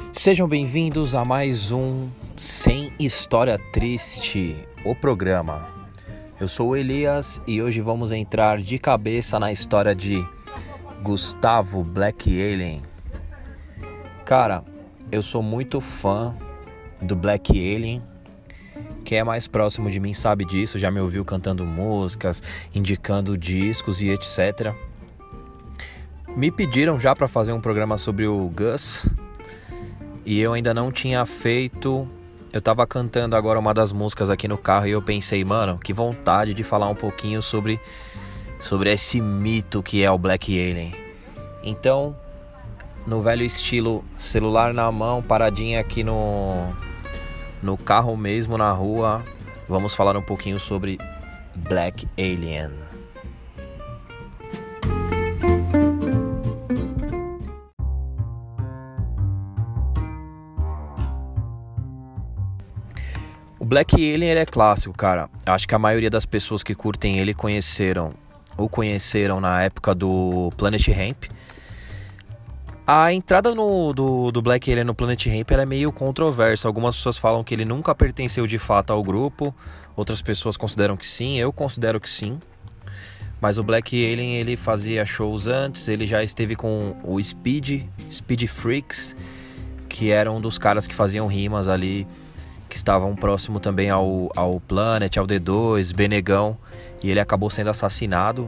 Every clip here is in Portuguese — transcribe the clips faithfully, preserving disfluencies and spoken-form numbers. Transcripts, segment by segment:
Sejam bem-vindos a mais um Sem História Triste, o programa. Eu sou o Elias e hoje vamos entrar de cabeça na história de Gustavo Black Alien. Cara, eu sou muito fã do Black Alien. Quem é mais próximo de mim sabe disso, já me ouviu cantando músicas, indicando discos e etcétera. Me pediram já para fazer um programa sobre o Gus e eu ainda não tinha feito. Eu tava cantando agora uma das músicas aqui no carro e eu pensei, mano, que vontade de falar um pouquinho sobre, sobre esse mito que é o Black Alien. Então, no velho estilo, celular na mão, paradinha aqui no, no carro mesmo, na rua, vamos falar um pouquinho sobre Black Alien. O Black Alien ele é clássico, cara. Acho que a maioria das pessoas que curtem ele conheceram ou conheceram na época do Planet Hemp. A entrada no, do, do Black Alien no Planet Hemp ela é meio controversa. Algumas pessoas falam que ele nunca pertenceu de fato ao grupo. Outras pessoas consideram que sim. Eu considero que sim. Mas o Black Alien ele fazia shows antes. Ele já esteve com o Speed, Speed Freaks, que era um dos caras que faziam rimas ali, que estavam próximo também ao, ao Planet, ao D dois, Benegão, e ele acabou sendo assassinado.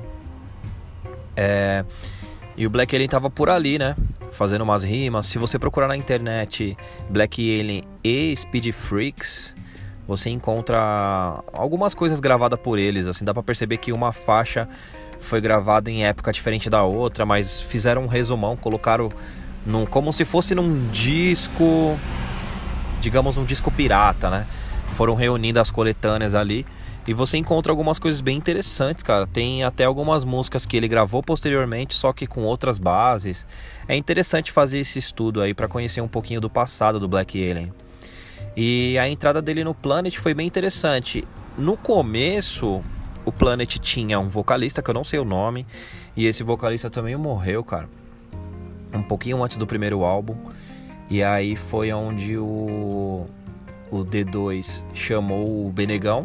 É, e o Black Alien tava por ali, né, fazendo umas rimas. Se você procurar na internet Black Alien e Speed Freaks, você encontra algumas coisas gravadas por eles, assim, dá pra perceber que uma faixa foi gravada em época diferente da outra, mas fizeram um resumão, colocaram num, como se fosse num disco, digamos um disco pirata, né? Foram reunindo as coletâneas ali e você encontra algumas coisas bem interessantes, cara. Tem até algumas músicas que ele gravou posteriormente, só que com outras bases. É interessante fazer esse estudo aí para conhecer um pouquinho do passado do Black Alien. E a entrada dele no Planet foi bem interessante. No começo, o Planet tinha um vocalista que eu não sei o nome, e esse vocalista também morreu, cara, um pouquinho antes do primeiro álbum. E aí foi onde o, o D dois chamou o Benegão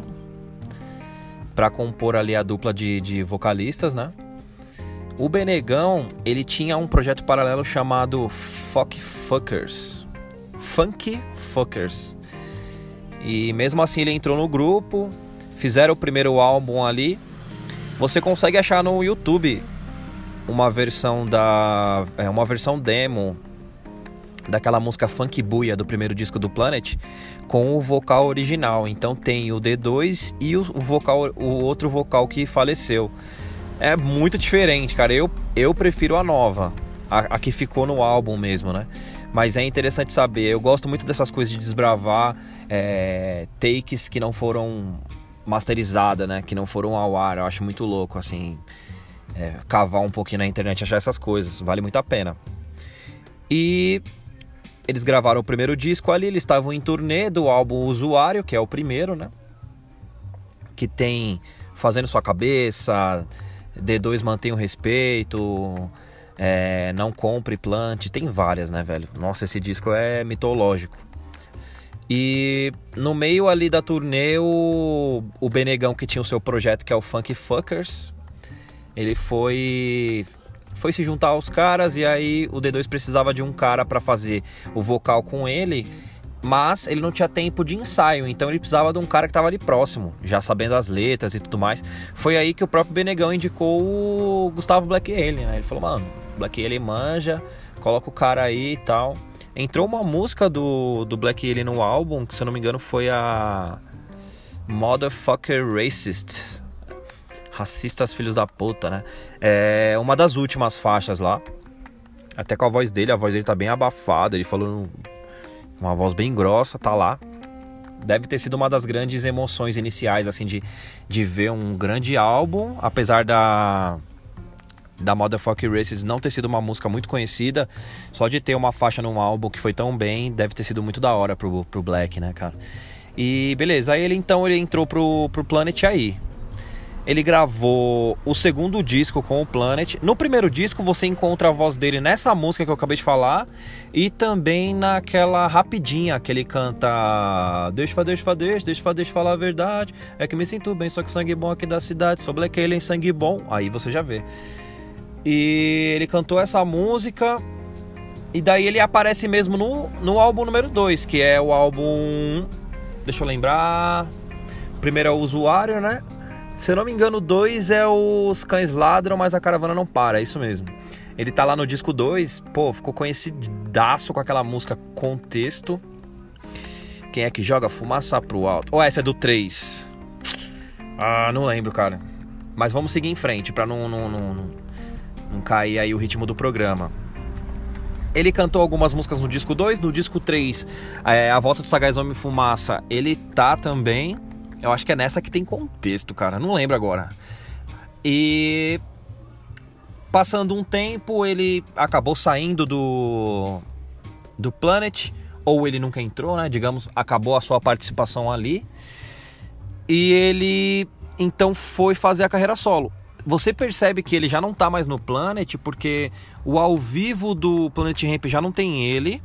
para compor ali a dupla de, de vocalistas, né? O Benegão, ele tinha um projeto paralelo chamado Funk Fuckers. Funk Fuckers. E mesmo assim ele entrou no grupo, fizeram o primeiro álbum ali. Você consegue achar no YouTube uma versão da, é, uma versão demo daquela música Funk Buia do primeiro disco do Planet com o vocal original. Então tem o D dois e o vocal, o outro vocal que faleceu. É muito diferente, cara. Eu, eu prefiro a nova, a, a que ficou no álbum mesmo, né? Mas é interessante saber. Eu gosto muito dessas coisas de desbravar é, takes que não foram masterizadas, né? Que não foram ao ar. Eu acho muito louco, assim, é, cavar um pouquinho na internet, achar essas coisas. Vale muito a pena. E eles gravaram o primeiro disco ali, eles estavam em turnê do álbum Usuário, que é o primeiro, né? Que tem Fazendo Sua Cabeça, D dois Mantém o Respeito, é, Não Compre Plant, tem várias, né, velho? Nossa, esse disco é mitológico. E no meio ali da turnê, o, o Benegão, que tinha o seu projeto, que é o Funk Fuckers, ele foi... foi se juntar aos caras, e aí o D dois precisava de um cara para fazer o vocal com ele, mas ele não tinha tempo de ensaio, então ele precisava de um cara que estava ali próximo, já sabendo as letras e tudo mais. Foi aí que o próprio Benegão indicou o Gustavo Black Alien, né? Ele falou, mano, Black Alien manja, coloca o cara aí e tal. Entrou uma música do, do Black Alien no álbum, que se eu não me engano foi a Motherfucker Racist, Racistas Filhos da Puta, né? É uma das últimas faixas lá. Até com a voz dele, a voz dele tá bem abafada. Ele falou uma voz bem grossa, tá lá. Deve ter sido uma das grandes emoções iniciais, assim, de, de ver um grande álbum. Apesar da, da Motherfucking Races não ter sido uma música muito conhecida, só de ter uma faixa num álbum que foi tão bem, deve ter sido muito da hora pro, pro Black, né, cara? E beleza, aí ele então ele entrou pro, pro Planet aí. ele gravou o segundo disco com o Planet. No primeiro disco você encontra a voz dele nessa música que eu acabei de falar e também naquela rapidinha que ele canta Deixa eu deixa eu deixa, deixa eu deixa eu falar a verdade, é que me sinto bem, só que sangue bom aqui da cidade, sou Black Alien, sangue bom. Aí você já vê. E ele cantou essa música e daí ele aparece mesmo no, no álbum número dois, que é o álbum... Deixa eu lembrar... O primeiro é o Usuário, né? Se eu não me engano, o dois é Os Cães Ladram, mas a Caravana Não Para, é isso mesmo. Ele tá lá no disco dois, pô, ficou conhecidaço com aquela música Contexto. Quem é que joga fumaça pro alto? Ou oh, essa é do três? Ah, não lembro, cara. Mas vamos seguir em frente, pra não, não, não, não, não cair aí o ritmo do programa. Ele cantou algumas músicas no disco dois, no disco três, é, A Volta do Sagaz Homem Fumaça, ele tá também... Eu acho que é nessa que tem Contexto, cara. Não lembro agora. E... Passando um tempo, ele acabou saindo do... Do Planet. Ou ele nunca entrou, né? Digamos, acabou a sua participação ali. E ele... Então foi fazer a carreira solo. Você percebe que ele já não tá mais no Planet, porque o ao vivo do Planet Hemp já não tem ele.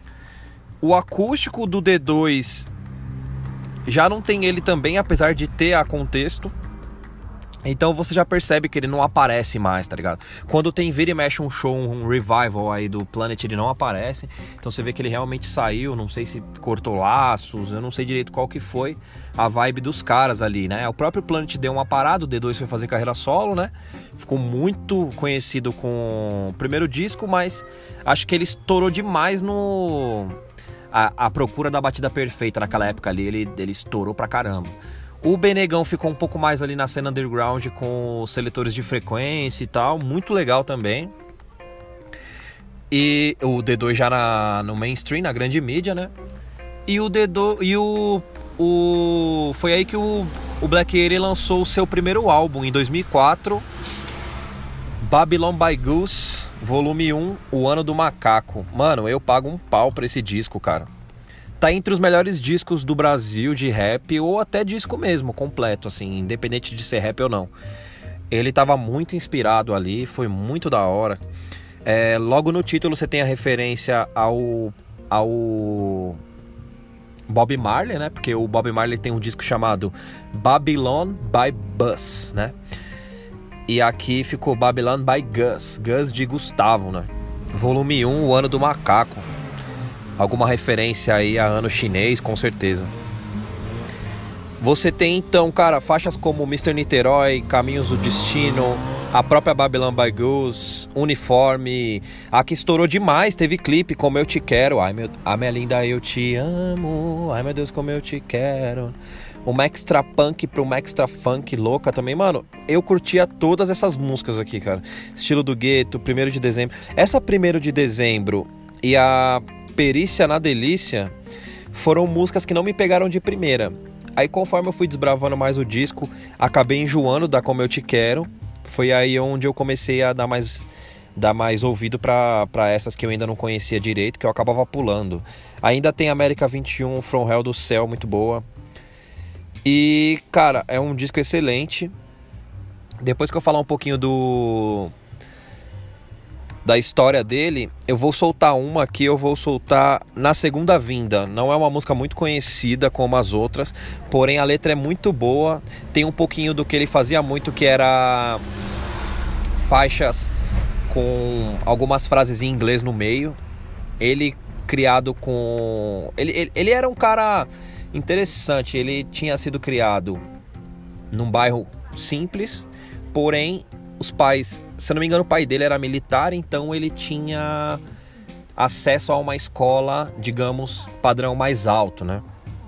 O acústico do D dois... já não tem ele também, apesar de ter a Contexto. Então você já percebe que ele não aparece mais, tá ligado? Quando tem vira e mexe um show, um revival aí do Planet, ele não aparece. Então você vê que ele realmente saiu, não sei se cortou laços, eu não sei direito qual que foi a vibe dos caras ali, né? O próprio Planet deu uma parada, o D dois foi fazer carreira solo, né? Ficou muito conhecido com o primeiro disco, mas acho que ele estourou demais no... A, a procura da batida perfeita naquela época ali, ele, ele estourou pra caramba. O Benegão ficou um pouco mais ali na cena underground com os seletores de frequência e tal, muito legal também. E o D dois já na, no mainstream, na grande mídia, né? E o D dois, e o, o foi aí que o, o Black Alien lançou o seu primeiro álbum em dois mil e quatro, Babylon by Goose, volume um, O Ano do Macaco. Mano, eu pago um pau pra esse disco, cara. Tá entre os melhores discos do Brasil de rap, ou até disco mesmo, completo, assim, independente de ser rap ou não. Ele tava muito inspirado ali, foi muito da hora. É, logo no título você tem a referência ao, ao Bob Marley, né? Porque o Bob Marley tem um disco chamado Babylon by Bus, né? E aqui ficou Babylon by Gus, Gus de Gustavo, né? Volume um, O Ano do Macaco. Alguma referência aí a ano chinês, com certeza. Você tem então, cara, faixas como mister Niterói, Caminhos do Destino, a própria Babylon by Gus, Uniforme. A que estourou demais, teve clipe, Como Eu Te Quero. Ai, meu, a minha linda, eu te amo. Ai, meu Deus, como eu te quero. Uma extra punk para uma extra funk louca também. Mano, eu curtia todas essas músicas aqui, cara. Estilo do Gueto, primeiro de dezembro. Essa primeiro de dezembro e a Perícia na Delícia foram músicas que não me pegaram de primeira. Aí conforme eu fui desbravando mais o disco, acabei enjoando da Como Eu Te Quero. Foi aí onde eu comecei a dar mais, dar mais ouvido pra, pra essas que eu ainda não conhecia direito, que eu acabava pulando. Ainda tem América vinte e um, From Hell do Céu, muito boa. E, cara, é um disco excelente. Depois que eu falar um pouquinho do... da história dele, eu vou soltar uma aqui, eu vou soltar Na Segunda Vinda. Não é uma música muito conhecida como as outras, porém a letra é muito boa. Tem um pouquinho do que ele fazia muito, que era faixas com algumas frases em inglês no meio. Ele criado com... Ele, ele, ele era um cara interessante, ele tinha sido criado num bairro simples, porém os pais, se eu não me engano, o pai dele era militar, então ele tinha acesso a uma escola, digamos, padrão mais alto, né?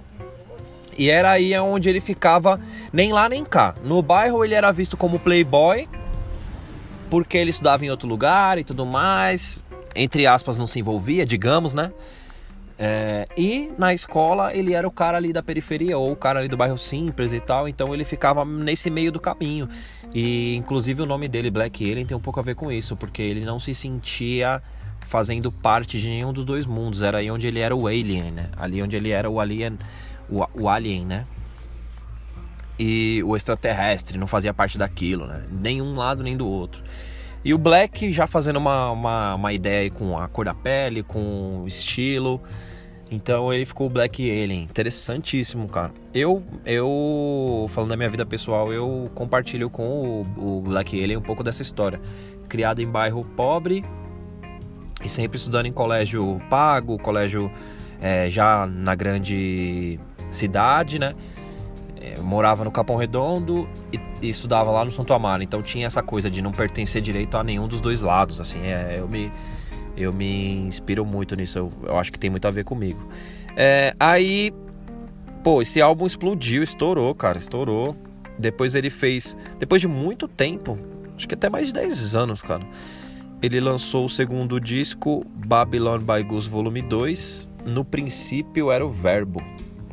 E era aí onde ele ficava, nem lá nem cá. No bairro ele era visto como playboy, porque ele estudava em outro lugar e tudo mais, entre aspas, não se envolvia, digamos, né? É, e na escola ele era o cara ali da periferia, ou o cara ali do bairro simples e tal, então ele ficava nesse meio do caminho. E inclusive o nome dele, Black Alien, tem um pouco a ver com isso, porque ele não se sentia fazendo parte de nenhum dos dois mundos. Era aí onde ele era o alien, né? Ali onde ele era o alien, o, o alien, né? e o extraterrestre não fazia parte daquilo, né? Nem um lado nem do outro. E o Black já fazendo uma, uma, uma ideia aí com a cor da pele, com o estilo. Então ele ficou o Black Alien. Interessantíssimo, cara. Eu, eu falando da minha vida pessoal, eu compartilho com o, o Black Alien um pouco dessa história. Criado em bairro pobre e sempre estudando em colégio pago, colégio é, já na grande cidade, né? É, morava no Capão Redondo e, e estudava lá no Santo Amaro. Então tinha essa coisa de não pertencer direito a nenhum dos dois lados, assim. É, eu me... Eu me inspiro muito nisso, eu, eu acho que tem muito a ver comigo. É, aí, pô, esse álbum explodiu, estourou, cara, estourou. Depois ele fez, depois de muito tempo, acho que até mais de dez anos, cara, ele lançou o segundo disco, Babylon by Goose Volume dois. No princípio era o verbo.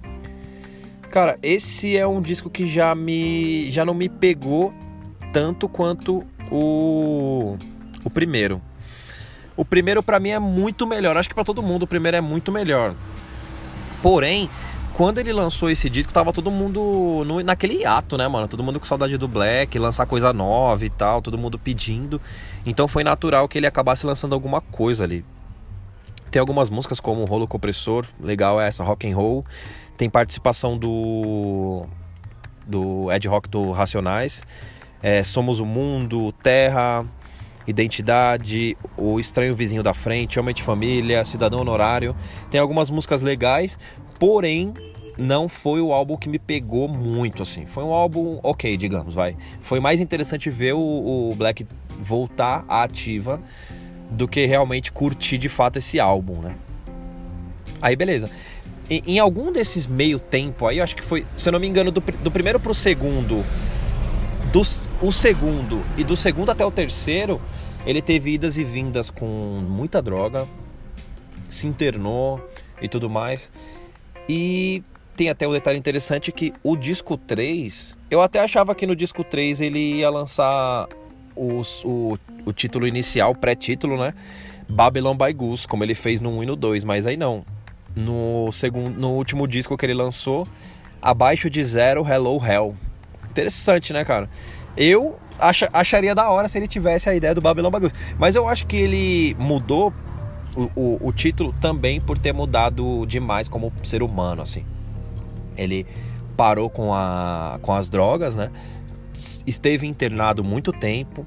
Cara, esse é um disco que já, me, já não me pegou tanto quanto o, o primeiro. O primeiro pra mim é muito melhor. Acho que pra todo mundo o primeiro é muito melhor. Porém, quando ele lançou esse disco, tava todo mundo no, naquele hiato, né, mano? Todo mundo com saudade do Black, lançar coisa nova e tal, todo mundo pedindo. Então foi natural que ele acabasse lançando alguma coisa ali. Tem algumas músicas como Rolo Compressor, legal é essa, Rock and Roll. Tem participação do do Ed Rock do Racionais. É, Somos o Mundo, Terra, Identidade, O Estranho Vizinho da Frente, Homem de Família, Cidadão Honorário. Tem algumas músicas legais, porém não foi o álbum que me pegou muito, assim. Foi um álbum ok, digamos, vai. Foi mais interessante ver o, o Black voltar à ativa do que realmente curtir de fato esse álbum, né? Aí beleza. Em, em algum desses meio tempo aí, eu acho que foi, se eu não me engano, do, do primeiro pro segundo, do, o segundo e do segundo até o terceiro, ele teve idas e vindas com muita droga, se internou e tudo mais. E tem até um detalhe interessante que o disco três, eu até achava que no disco três ele ia lançar os, o, o título inicial, pré-título, né? Babylon by Goose, como ele fez no um e no dois, mas aí não. No, segundo, no último disco que ele lançou, Abaixo de Zero, Hello Hell. Interessante, né, cara? Eu ach, acharia da hora se ele tivesse a ideia do Babylon by Goose, mas eu acho que ele mudou o, o, o título também por ter mudado demais como ser humano, assim. Ele parou com, a, com as drogas, né? Esteve internado muito tempo.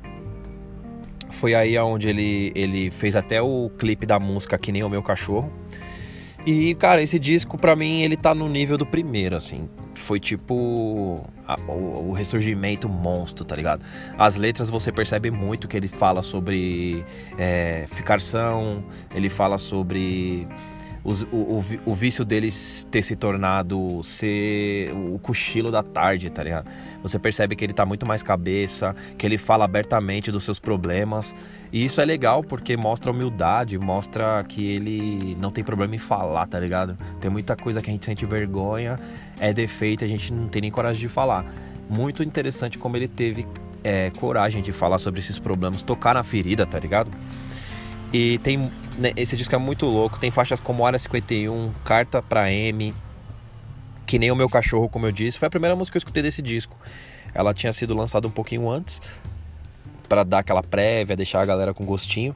Foi aí onde ele, ele fez até o clipe da música Que Nem o Meu Cachorro. E, cara, esse disco pra mim ele tá no nível do primeiro, assim. Foi tipo a, o, o ressurgimento monstro, tá ligado? As letras você percebe muito que ele fala sobre é, ficação, ele fala sobre os, o, o, o vício deles ter se tornado ser o cochilo da tarde, tá ligado? Você percebe que ele tá muito mais cabeça, que ele fala abertamente dos seus problemas. E isso é legal porque mostra humildade, mostra que ele não tem problema em falar, tá ligado? Tem muita coisa que a gente sente vergonha, é defeito, a gente não tem nem coragem de falar. Muito interessante como ele teve é, coragem de falar sobre esses problemas, tocar na ferida, tá ligado? E tem, né, esse disco é muito louco, tem faixas como Área cinquenta e um, Carta pra M, Que Nem o Meu Cachorro, como eu disse. Foi a primeira música que eu escutei desse disco. Ela tinha sido lançada um pouquinho antes, pra dar aquela prévia, deixar a galera com gostinho.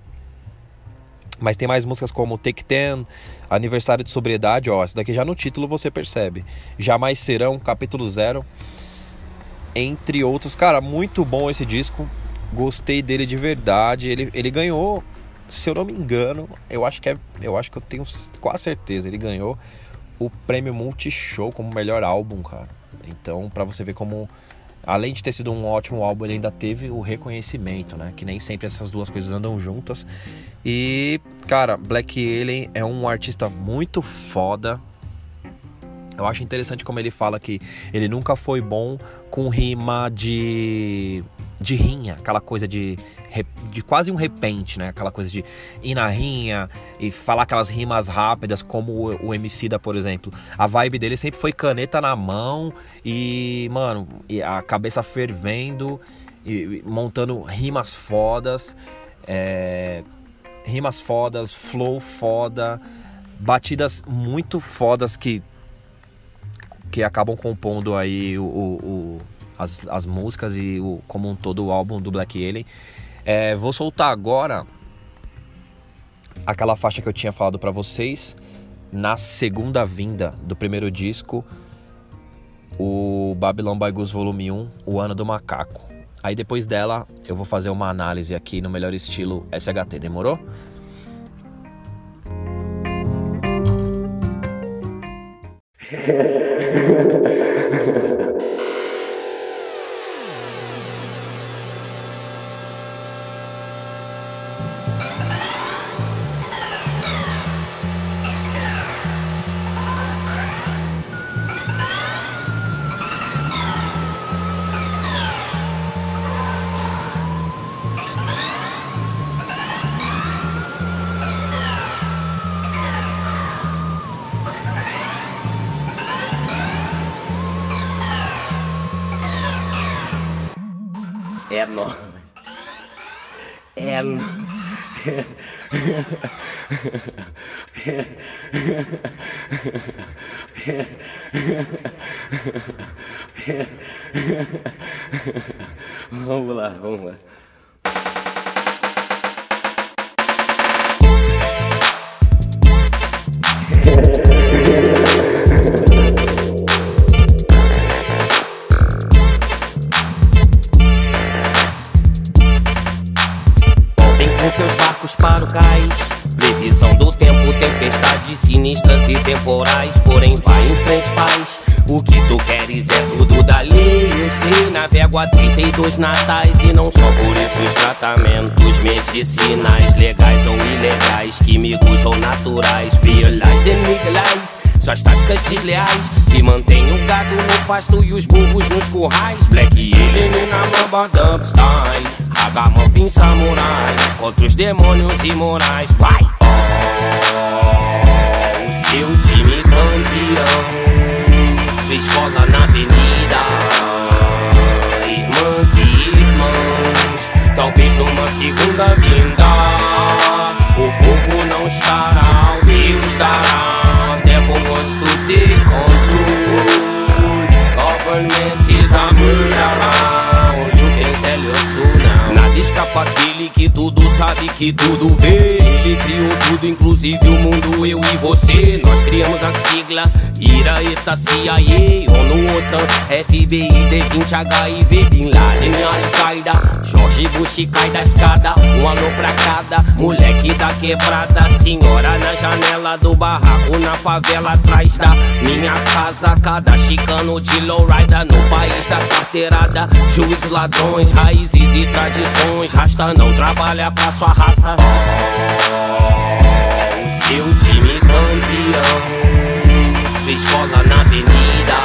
Mas tem mais músicas como Take Ten, Aniversário de Sobriedade, ó, essa daqui já no título você percebe. Jamais Serão, Capítulo Zero, entre outros. Cara, muito bom esse disco, gostei dele de verdade. Ele, ele ganhou, se eu não me engano, eu acho que é, eu acho que eu tenho quase certeza, ele ganhou o prêmio Multishow como melhor álbum, cara. Então, pra você ver como, além de ter sido um ótimo álbum, ele ainda teve o reconhecimento, né? Que nem sempre essas duas coisas andam juntas. E, cara, Black Alien é um artista muito foda. Eu acho interessante como ele fala que ele nunca foi bom com rima de... de rinha, aquela coisa de, de quase um repente, né? Aquela coisa de ir na rinha e falar aquelas rimas rápidas, como o, o Emicida, por exemplo. A vibe dele sempre foi caneta na mão e, mano, e a cabeça fervendo, e, e montando rimas fodas, é, rimas fodas, flow foda, batidas muito fodas que que acabam compondo aí o, o, as, as músicas e o, como um todo o álbum do Black Alien. É, vou soltar agora aquela faixa que eu tinha falado pra vocês na segunda vinda do primeiro disco, o Babylon by Goose Volume um, O Ano do Macaco. Aí depois dela eu vou fazer uma análise aqui no melhor estilo S H T, demorou? É nóis. É nóis. Vamos lá, vamos lá. Seus barcos para o cais, previsão do tempo, tempestades sinistras e temporais. Porém vai em frente, faz o que tu queres, é tudo dali. Eu sei, navego há trinta e dois natais, e não só por isso os tratamentos medicinais, legais ou ilegais, químicos ou naturais, realize and legalize suas táticas desleais que mantêm o gado no pasto e os burros nos currais. Black Alien na mamba dub style, Ragamuffin samurai contra os demônios imorais. Vai! Oh, o seu time campeão, sua escola na avenida, irmãs e irmãos, talvez numa segunda vinda o povo não estará, Deus dará. Devil wants to take control, government is a murderer, you can sell your soul now. Nada escapa aquele que tudo sabe, que tudo vê. Ele criou tudo, inclusive o mundo, eu e você. Nós criamos a sigla Ira, Eta, C I A, ONU, OTAN, F B I, D vinte, H I V, Bin Laden, Al-Qaeda, Jorge Bush cai da escada, um alô pra cada moleque da quebrada. Senhora na janela do barraco, na favela atrás da minha casa. Cada chicano de lowrider no país da carteirada. Juízes, ladrões, raízes e tradições. Rasta não trabalha pra sua raça. Oh, o seu time campeão, sua escola na avenida,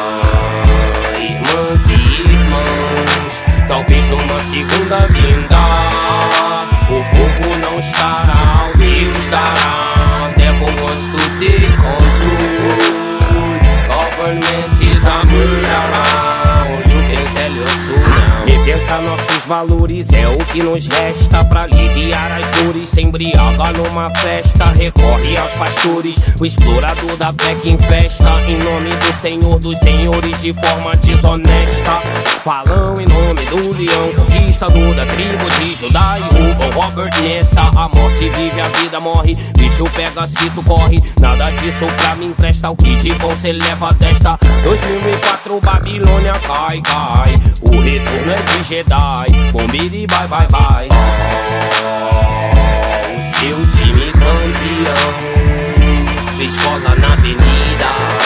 irmãs e irmãos, talvez numa segunda vinda o povo não estará, Deus dará. Devil wants to take control, government is a murderer, you can sell your soul now. Repensa nossos valores, é o que nos resta pra aliviar as dores. Se embriaga numa festa, recorre aos pastores, o explorador da fé que infesta em nome do Senhor dos senhores de forma desonesta. Falam em nome do leão, conquistador da tribo de Judá, e roubam Robert Nesta. A morte vive, a vida morre, bicho pega se tu corre. Nada disso pra mim presta, o que de bom cê leva a testa. dois mil e quatro Babilônia cai, cai, o retorno é de Jedi, bombiri bye bye bye. Oh, o seu time campeão, sua escola na avenida,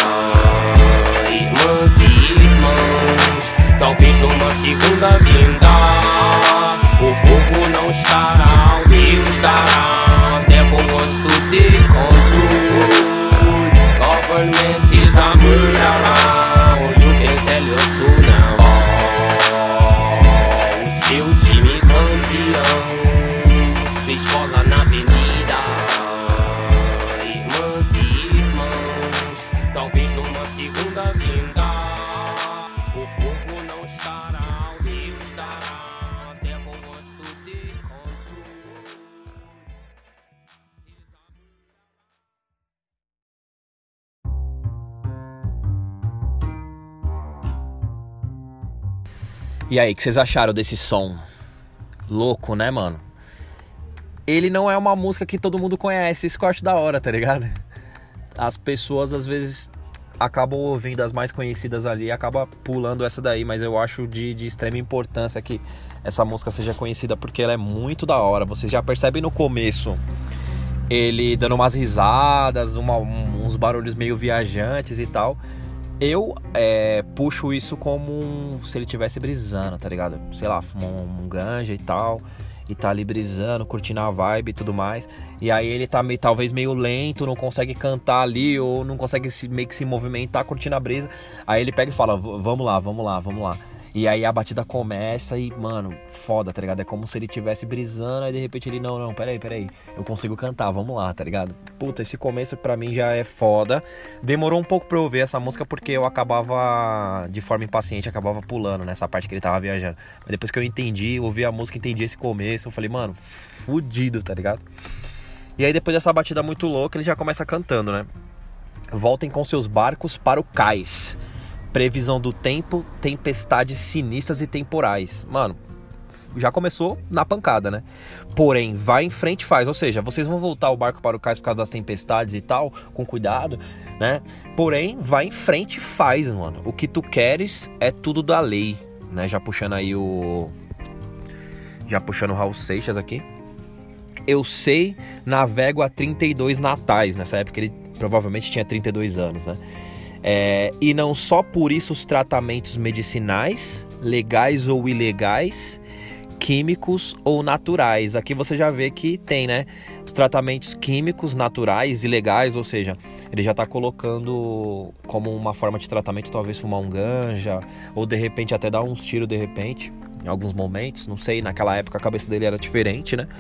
irmãs e irmãos, talvez numa segunda vinda o povo não estará, Deus dará. Devil wants to take control, government is a murderer, you can sell your soul now. Oh, o seu time campeão, sua escola na avenida, irmãs e irmãos, talvez numa segunda vinda o povo não estará, Deus dará. Devil wants to take control. E aí, o que vocês acharam desse som? Louco, né, mano? Ele não é uma música que todo mundo conhece, isso que eu acho da hora, tá ligado? As pessoas, às vezes, acabam ouvindo as mais conhecidas ali e acabam pulando essa daí, mas eu acho de, de extrema importância que essa música seja conhecida, porque ela é muito da hora. Vocês já percebem no começo ele dando umas risadas, uma, uns barulhos meio viajantes e tal. Eu é, puxo isso como um, se ele estivesse brisando, tá ligado? Sei lá, fumou um, um ganja e tal, e tá ali brisando, curtindo a vibe e tudo mais. E aí ele tá meio, talvez meio lento, não consegue cantar ali, ou não consegue se, meio que se movimentar, curtindo a brisa. Aí ele pega e fala, vamos lá, vamos lá, vamos lá. E aí a batida começa e, mano, foda, tá ligado? É como se ele estivesse brisando, aí de repente ele, não, não, peraí, peraí, eu consigo cantar, vamos lá, tá ligado? Puta, esse começo pra mim já é foda. Demorou um pouco pra eu ouvir essa música porque eu acabava, de forma impaciente, acabava pulando nessa parte que ele tava viajando. Mas depois que eu entendi, ouvi a música, entendi esse começo, eu falei, mano, fudido, tá ligado? E aí depois dessa batida muito louca, ele já começa cantando, né? Voltem com seus barcos para o cais. Previsão do tempo, tempestades sinistras e temporais. Mano, já começou na pancada, né? Porém, vai em frente e faz. Ou seja, vocês vão voltar o barco para o cais por causa das tempestades e tal, com cuidado, né? Porém, vai em frente e faz, mano. O que tu queres é tudo da lei, né? Já puxando aí o... Já puxando o Raul Seixas aqui. Eu sei, navego há trinta e dois natais. Nessa época ele provavelmente tinha trinta e dois anos, né? É, e não só por isso os tratamentos medicinais, legais ou ilegais, químicos ou naturais. Aqui você já vê que tem, né? Os tratamentos químicos, naturais, ilegais, ou seja, ele já está colocando como uma forma de tratamento talvez fumar um ganja, ou de repente até dar uns tiros de repente, em alguns momentos, não sei, naquela época a cabeça dele era diferente, né?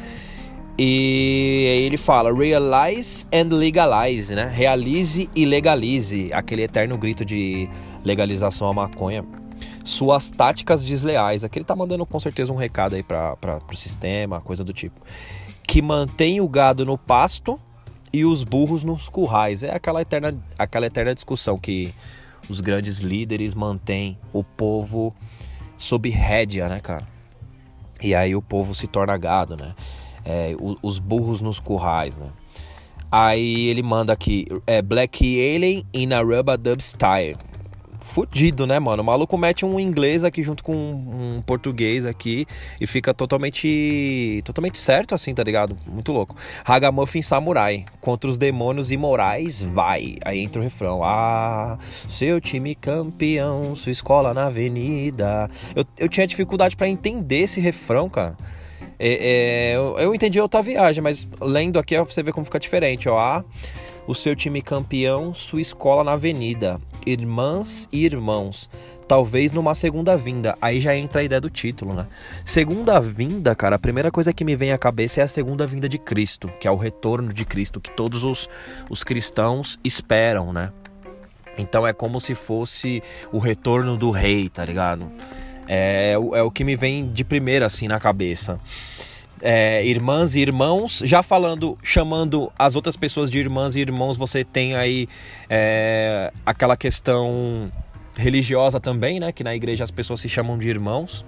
E aí ele fala, realize and legalize, né? Realize e legalize, aquele eterno grito de legalização à maconha. Suas táticas desleais, aqui ele tá mandando com certeza um recado aí para pro sistema, coisa do tipo. Que mantém o gado no pasto e os burros nos currais. É aquela eterna, aquela eterna discussão que os grandes líderes mantêm o povo sob rédea, né, cara? E aí o povo se torna gado, né? É, os burros nos currais, né? Aí ele manda aqui, é, Black Alien in a Rubber Dub Style. Fudido, né, mano? O maluco mete um inglês aqui junto com um português aqui e fica totalmente totalmente certo assim, tá ligado? Muito louco. Ragamuffin Samurai, contra os demônios imorais, vai. Aí entra o refrão. Ah, seu time campeão, sua escola na avenida. Eu, eu tinha dificuldade pra entender esse refrão, cara. É, é, eu, eu entendi outra viagem, mas lendo aqui você vê como fica diferente, ó. Ah, o seu time campeão, sua escola na avenida, irmãs e irmãos, talvez numa segunda vinda. Aí já entra a ideia do título, né? Segunda vinda, cara, a primeira coisa que me vem à cabeça é a segunda vinda de Cristo, que é o retorno de Cristo, que todos os, os cristãos esperam, né? Então é como se fosse o retorno do rei, tá ligado? É, é o que me vem de primeira assim na cabeça. É, irmãs e irmãos, já falando, chamando as outras pessoas de irmãs e irmãos, você tem aí é, aquela questão religiosa também, né? Que na igreja as pessoas se chamam de irmãos.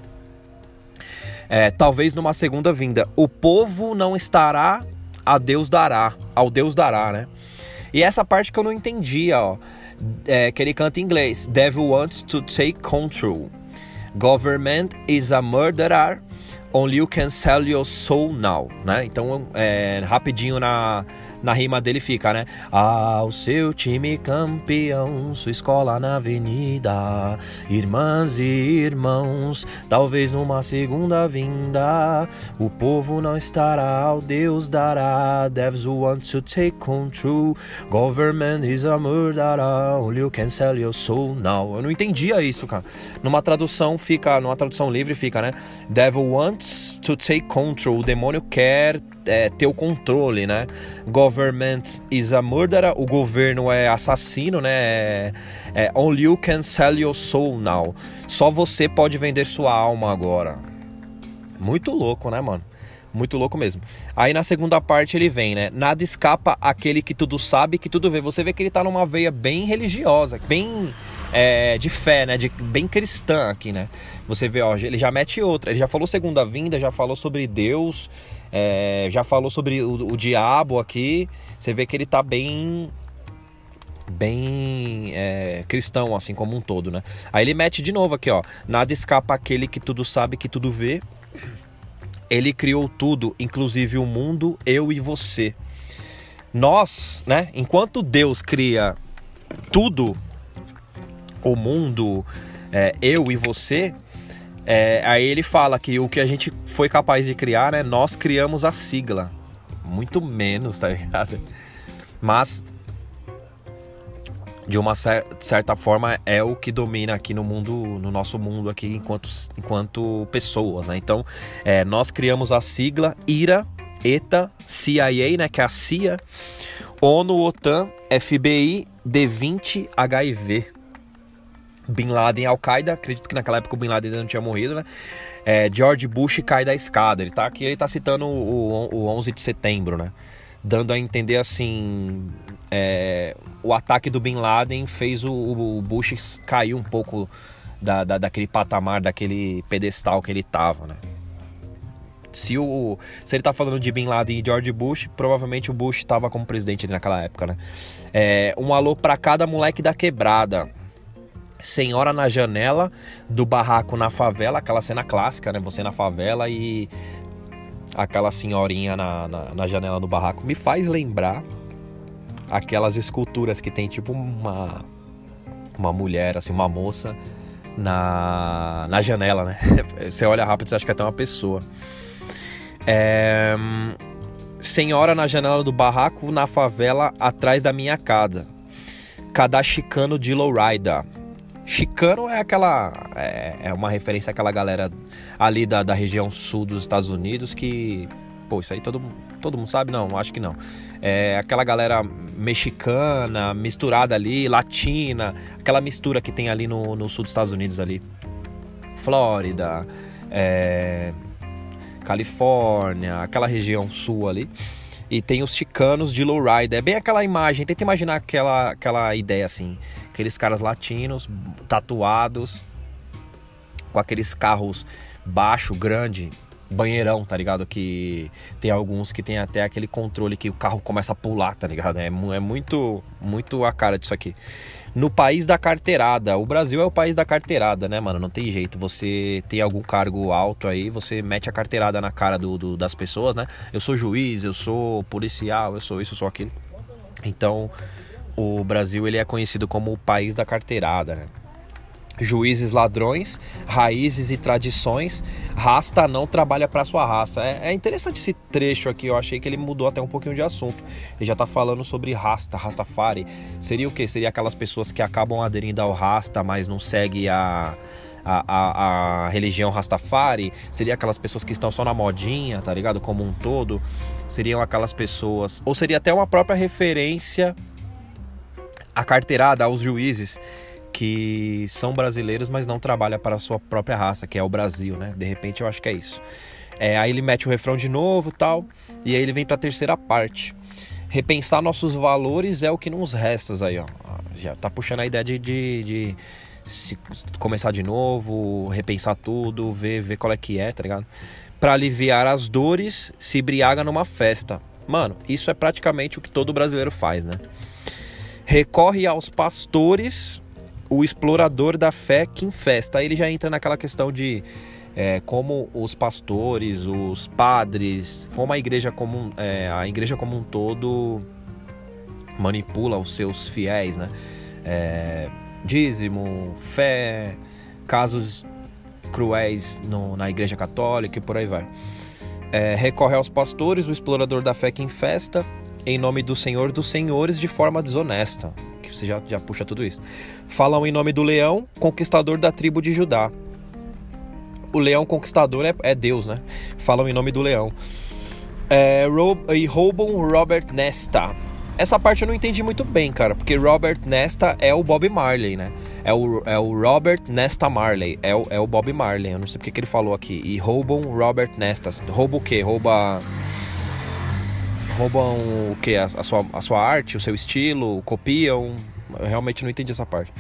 É, talvez numa segunda vinda, o povo não estará, a Deus dará, ao Deus dará, né? E essa parte que eu não entendia, ó, é, que ele canta em inglês. Devil wants to take control. Government is a murderer, only you can sell your soul now, né? Então, é, rapidinho na, na rima dele fica, né? Ah, o seu time campeão, sua escola na avenida, irmãs e irmãos, talvez numa segunda vinda, o povo não estará, ao Deus dará. Devils want to take control, government is a murderer, only you can sell your soul now. Eu não entendia isso, cara. Numa tradução fica, numa tradução livre fica, né? Devil wants to take control, o demônio quer é, ter o controle, né? Government is a murderer, o governo é assassino, né? É, é, only you can sell your soul now. Só você pode vender sua alma agora. Muito louco, né, mano? Muito louco mesmo. Aí na segunda parte ele vem, né? Nada escapa àquele que tudo sabe, que tudo vê. Você vê que ele tá numa veia bem religiosa, bem é, de fé, né? De, bem cristã aqui, né? Você vê, ó, ele já mete outra. Ele já falou segunda vinda, já falou sobre Deus, é, já falou sobre o, o diabo aqui. Você vê que ele tá bem... bem é, cristão, assim como um todo, né? Aí ele mete de novo aqui, ó: nada escapa àquele que tudo sabe, que tudo vê. Ele criou tudo, inclusive o mundo, eu e você. Nós, né? Enquanto Deus cria tudo, o mundo, é, eu e você, é, aí ele fala que o que a gente foi capaz de criar, né? Nós criamos a sigla. Muito menos, tá ligado? Mas de uma certa forma é o que domina aqui no mundo, no nosso mundo aqui enquanto, enquanto pessoas, né? Então, é, nós criamos a sigla I R A, E T A, C I A, né? Que é a C I A, ONU, OTAN, F B I, D vinte, H I V, Bin Laden, Al-Qaeda. Acredito que naquela época o Bin Laden ainda não tinha morrido, né? É, George Bush cai da escada. Ele tá aqui, ele tá citando o, o onze de setembro, né? Dando a entender assim, é, o ataque do Bin Laden fez o, o Bush cair um pouco da, da, daquele patamar, daquele pedestal que ele tava, né? Se, o, se ele tá falando de Bin Laden e George Bush, provavelmente o Bush tava como presidente ali naquela época, né? É, um alô pra cada moleque da quebrada. Senhora na janela do barraco na favela, aquela cena clássica, né? Você na favela e aquela senhorinha na, na, na janela do barraco. Me faz lembrar aquelas esculturas que tem tipo uma, uma mulher, assim, uma moça na, na janela, né? Você olha rápido e você acha que é até uma pessoa. É... Senhora na janela do barraco na favela atrás da minha casa. Cada chicano de lowrider. Chicano é aquela... É, é uma referência àquela galera ali da, da região sul dos Estados Unidos que... Pô, isso aí todo, todo mundo sabe? Não, acho que não. É aquela galera mexicana, misturada ali, latina. Aquela mistura que tem ali no, no sul dos Estados Unidos ali. Flórida, é, Califórnia, aquela região sul ali. E tem os chicanos de lowrider. É bem aquela imagem, tenta imaginar aquela, aquela ideia assim. Aqueles caras latinos, tatuados, com aqueles carros baixo, grande, banheirão, tá ligado? Que tem alguns que tem até aquele controle que o carro começa a pular, tá ligado? É, é muito, muito a cara disso aqui. No país da carteirada. O Brasil é o país da carteirada, né, mano? Não tem jeito. Você tem algum cargo alto aí, você mete a carteirada na cara do, do, das pessoas, né? Eu sou juiz, eu sou policial, eu sou isso, eu sou aquilo. Então, o Brasil, ele é conhecido como o país da carteirada, né? Juízes ladrões, raízes e tradições, rasta não trabalha para sua raça. É, é interessante esse trecho aqui, eu achei que ele mudou até um pouquinho de assunto. Ele já tá falando sobre rasta, rastafari. Seria o quê? Seria aquelas pessoas que acabam aderindo ao rasta, mas não seguem a, a, a, a religião rastafari. Seria aquelas pessoas que estão só na modinha, tá ligado? Como um todo. Seriam aquelas pessoas... Ou seria até uma própria referência à carteirada, aos juízes que são brasileiros, mas não trabalham para a sua própria raça, que é o Brasil, né? De repente eu acho que é isso. É, aí ele mete o refrão de novo e tal, e aí ele vem para a terceira parte. Repensar nossos valores é o que nos resta aí, ó. Já tá puxando a ideia de, de, de se começar de novo, repensar tudo, ver, ver qual é que é, tá ligado? Para aliviar as dores, se embriaga numa festa. Mano, isso é praticamente o que todo brasileiro faz, né? Recorre aos pastores... O explorador da fé que infesta. Aí ele já entra naquela questão de é, como os pastores, os padres, como a igreja como, é, a igreja como um todo manipula os seus fiéis, né? É, dízimo, fé, casos cruéis no, na igreja católica e por aí vai. É, recorre aos pastores, o explorador da fé que infesta, em nome do Senhor dos Senhores, de forma desonesta. Que você já, já puxa tudo isso. Falam em nome do leão, conquistador da tribo de Judá. O leão conquistador é, é Deus, né? Falam em nome do leão. É, e roubam Robert Nesta. Essa parte eu não entendi muito bem, cara, porque Robert Nesta é o Bob Marley, né? É o, é o Robert Nesta Marley, é o, é o Bob Marley. Eu não sei porque que ele falou aqui. E roubam Robert Nesta. Rouba o quê? Rouba... Roubam o quê? A, a, sua, a sua arte, o seu estilo, copiam. Eu realmente não entendi essa parte.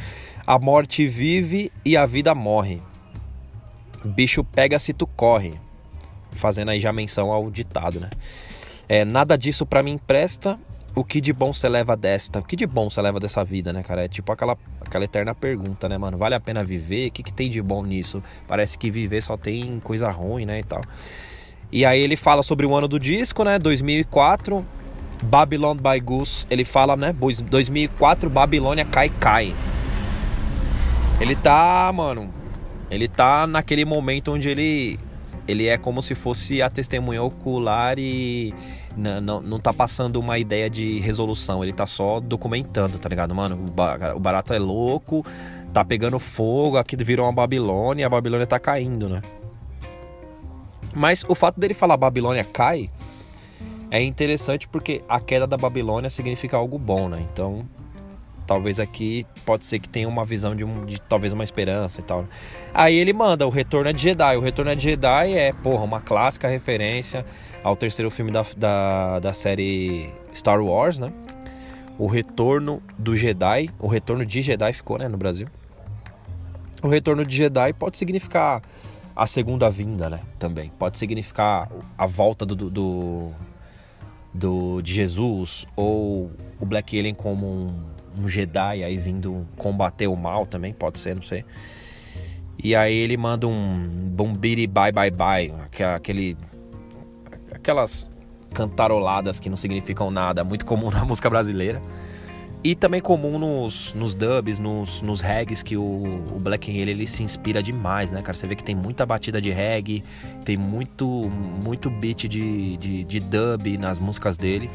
A morte vive e a vida morre. Bicho pega se tu corre. Fazendo aí já menção ao ditado, né? É, nada disso pra mim presta. O que de bom você leva desta? O que de bom você leva dessa vida, né, cara? É tipo aquela, aquela eterna pergunta, né, mano? Vale a pena viver? O que, que tem de bom nisso? Parece que viver só tem coisa ruim, né, e tal. E aí ele fala sobre o ano do disco, né? dois mil e quatro, Babylon by Goose. Ele fala, né? dois mil e quatro, Babilônia cai, cai. Ele tá, mano... Ele tá naquele momento onde ele... Ele é como se fosse a testemunha ocular e... Não, não, não tá passando uma ideia de resolução. Ele tá só documentando, tá ligado, mano? O barato é louco, tá pegando fogo, aqui virou uma Babilônia, a Babilônia tá caindo, né? Mas o fato dele falar Babilônia cai é interessante porque a queda da Babilônia significa algo bom, né? Então, talvez aqui pode ser que tenha uma visão de, um, de talvez uma esperança e tal. Aí ele manda o Retorno de Jedi. O Retorno de Jedi é, porra, uma clássica referência ao terceiro filme da, da, da série Star Wars, né? O Retorno do Jedi. O Retorno de Jedi ficou, né, no Brasil. O Retorno de Jedi pode significar a segunda vinda, né? Também. Pode significar a volta do, do, do, do de Jesus, ou o Black Alien como um, um Jedi aí vindo combater o mal também, pode ser, não sei. E aí ele manda um bombiri bye bye bye, aquele, aquelas cantaroladas que não significam nada, muito comum na música brasileira. E também comum nos, nos dubs, nos, nos reggaes, que o, o Black Alien ele se inspira demais, né, cara? Você vê que tem muita batida de reggae, tem muito, muito beat de, de, de dub nas músicas dele.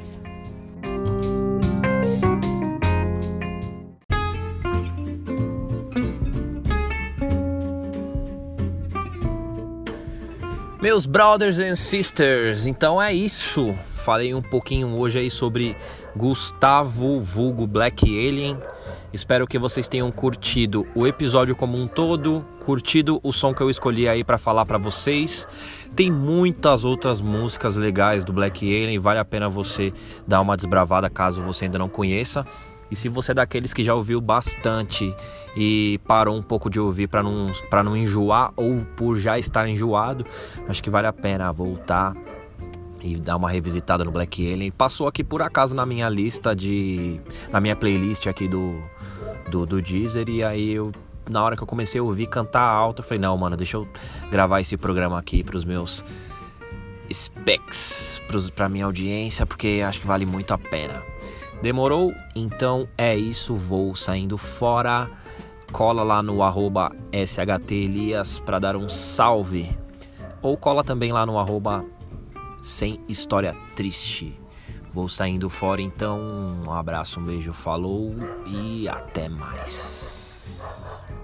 Meus brothers and sisters, então é isso. Falei um pouquinho hoje aí sobre Gustavo vulgo Black Alien. Espero que vocês tenham curtido o episódio como um todo, curtido o som que eu escolhi aí pra falar pra vocês. Tem muitas outras músicas legais do Black Alien, vale a pena você dar uma desbravada caso você ainda não conheça. E se você é daqueles que já ouviu bastante e parou um pouco de ouvir para não, para não enjoar, ou por já estar enjoado, acho que vale a pena voltar e dar uma revisitada no Black Alien. Passou aqui por acaso na minha lista de... na minha playlist aqui do, do, do Deezer, e aí eu, na hora que eu comecei a ouvir cantar alto, eu falei, não, mano, deixa eu gravar esse programa aqui pros meus specs, pros, pra minha audiência, porque acho que vale muito a pena. Demorou? Então é isso, vou saindo fora. Cola lá no arroba S H T Elias pra dar um salve. Ou cola também lá no arroba Sem História Triste. Vou saindo fora, então um abraço, um beijo, falou e até mais.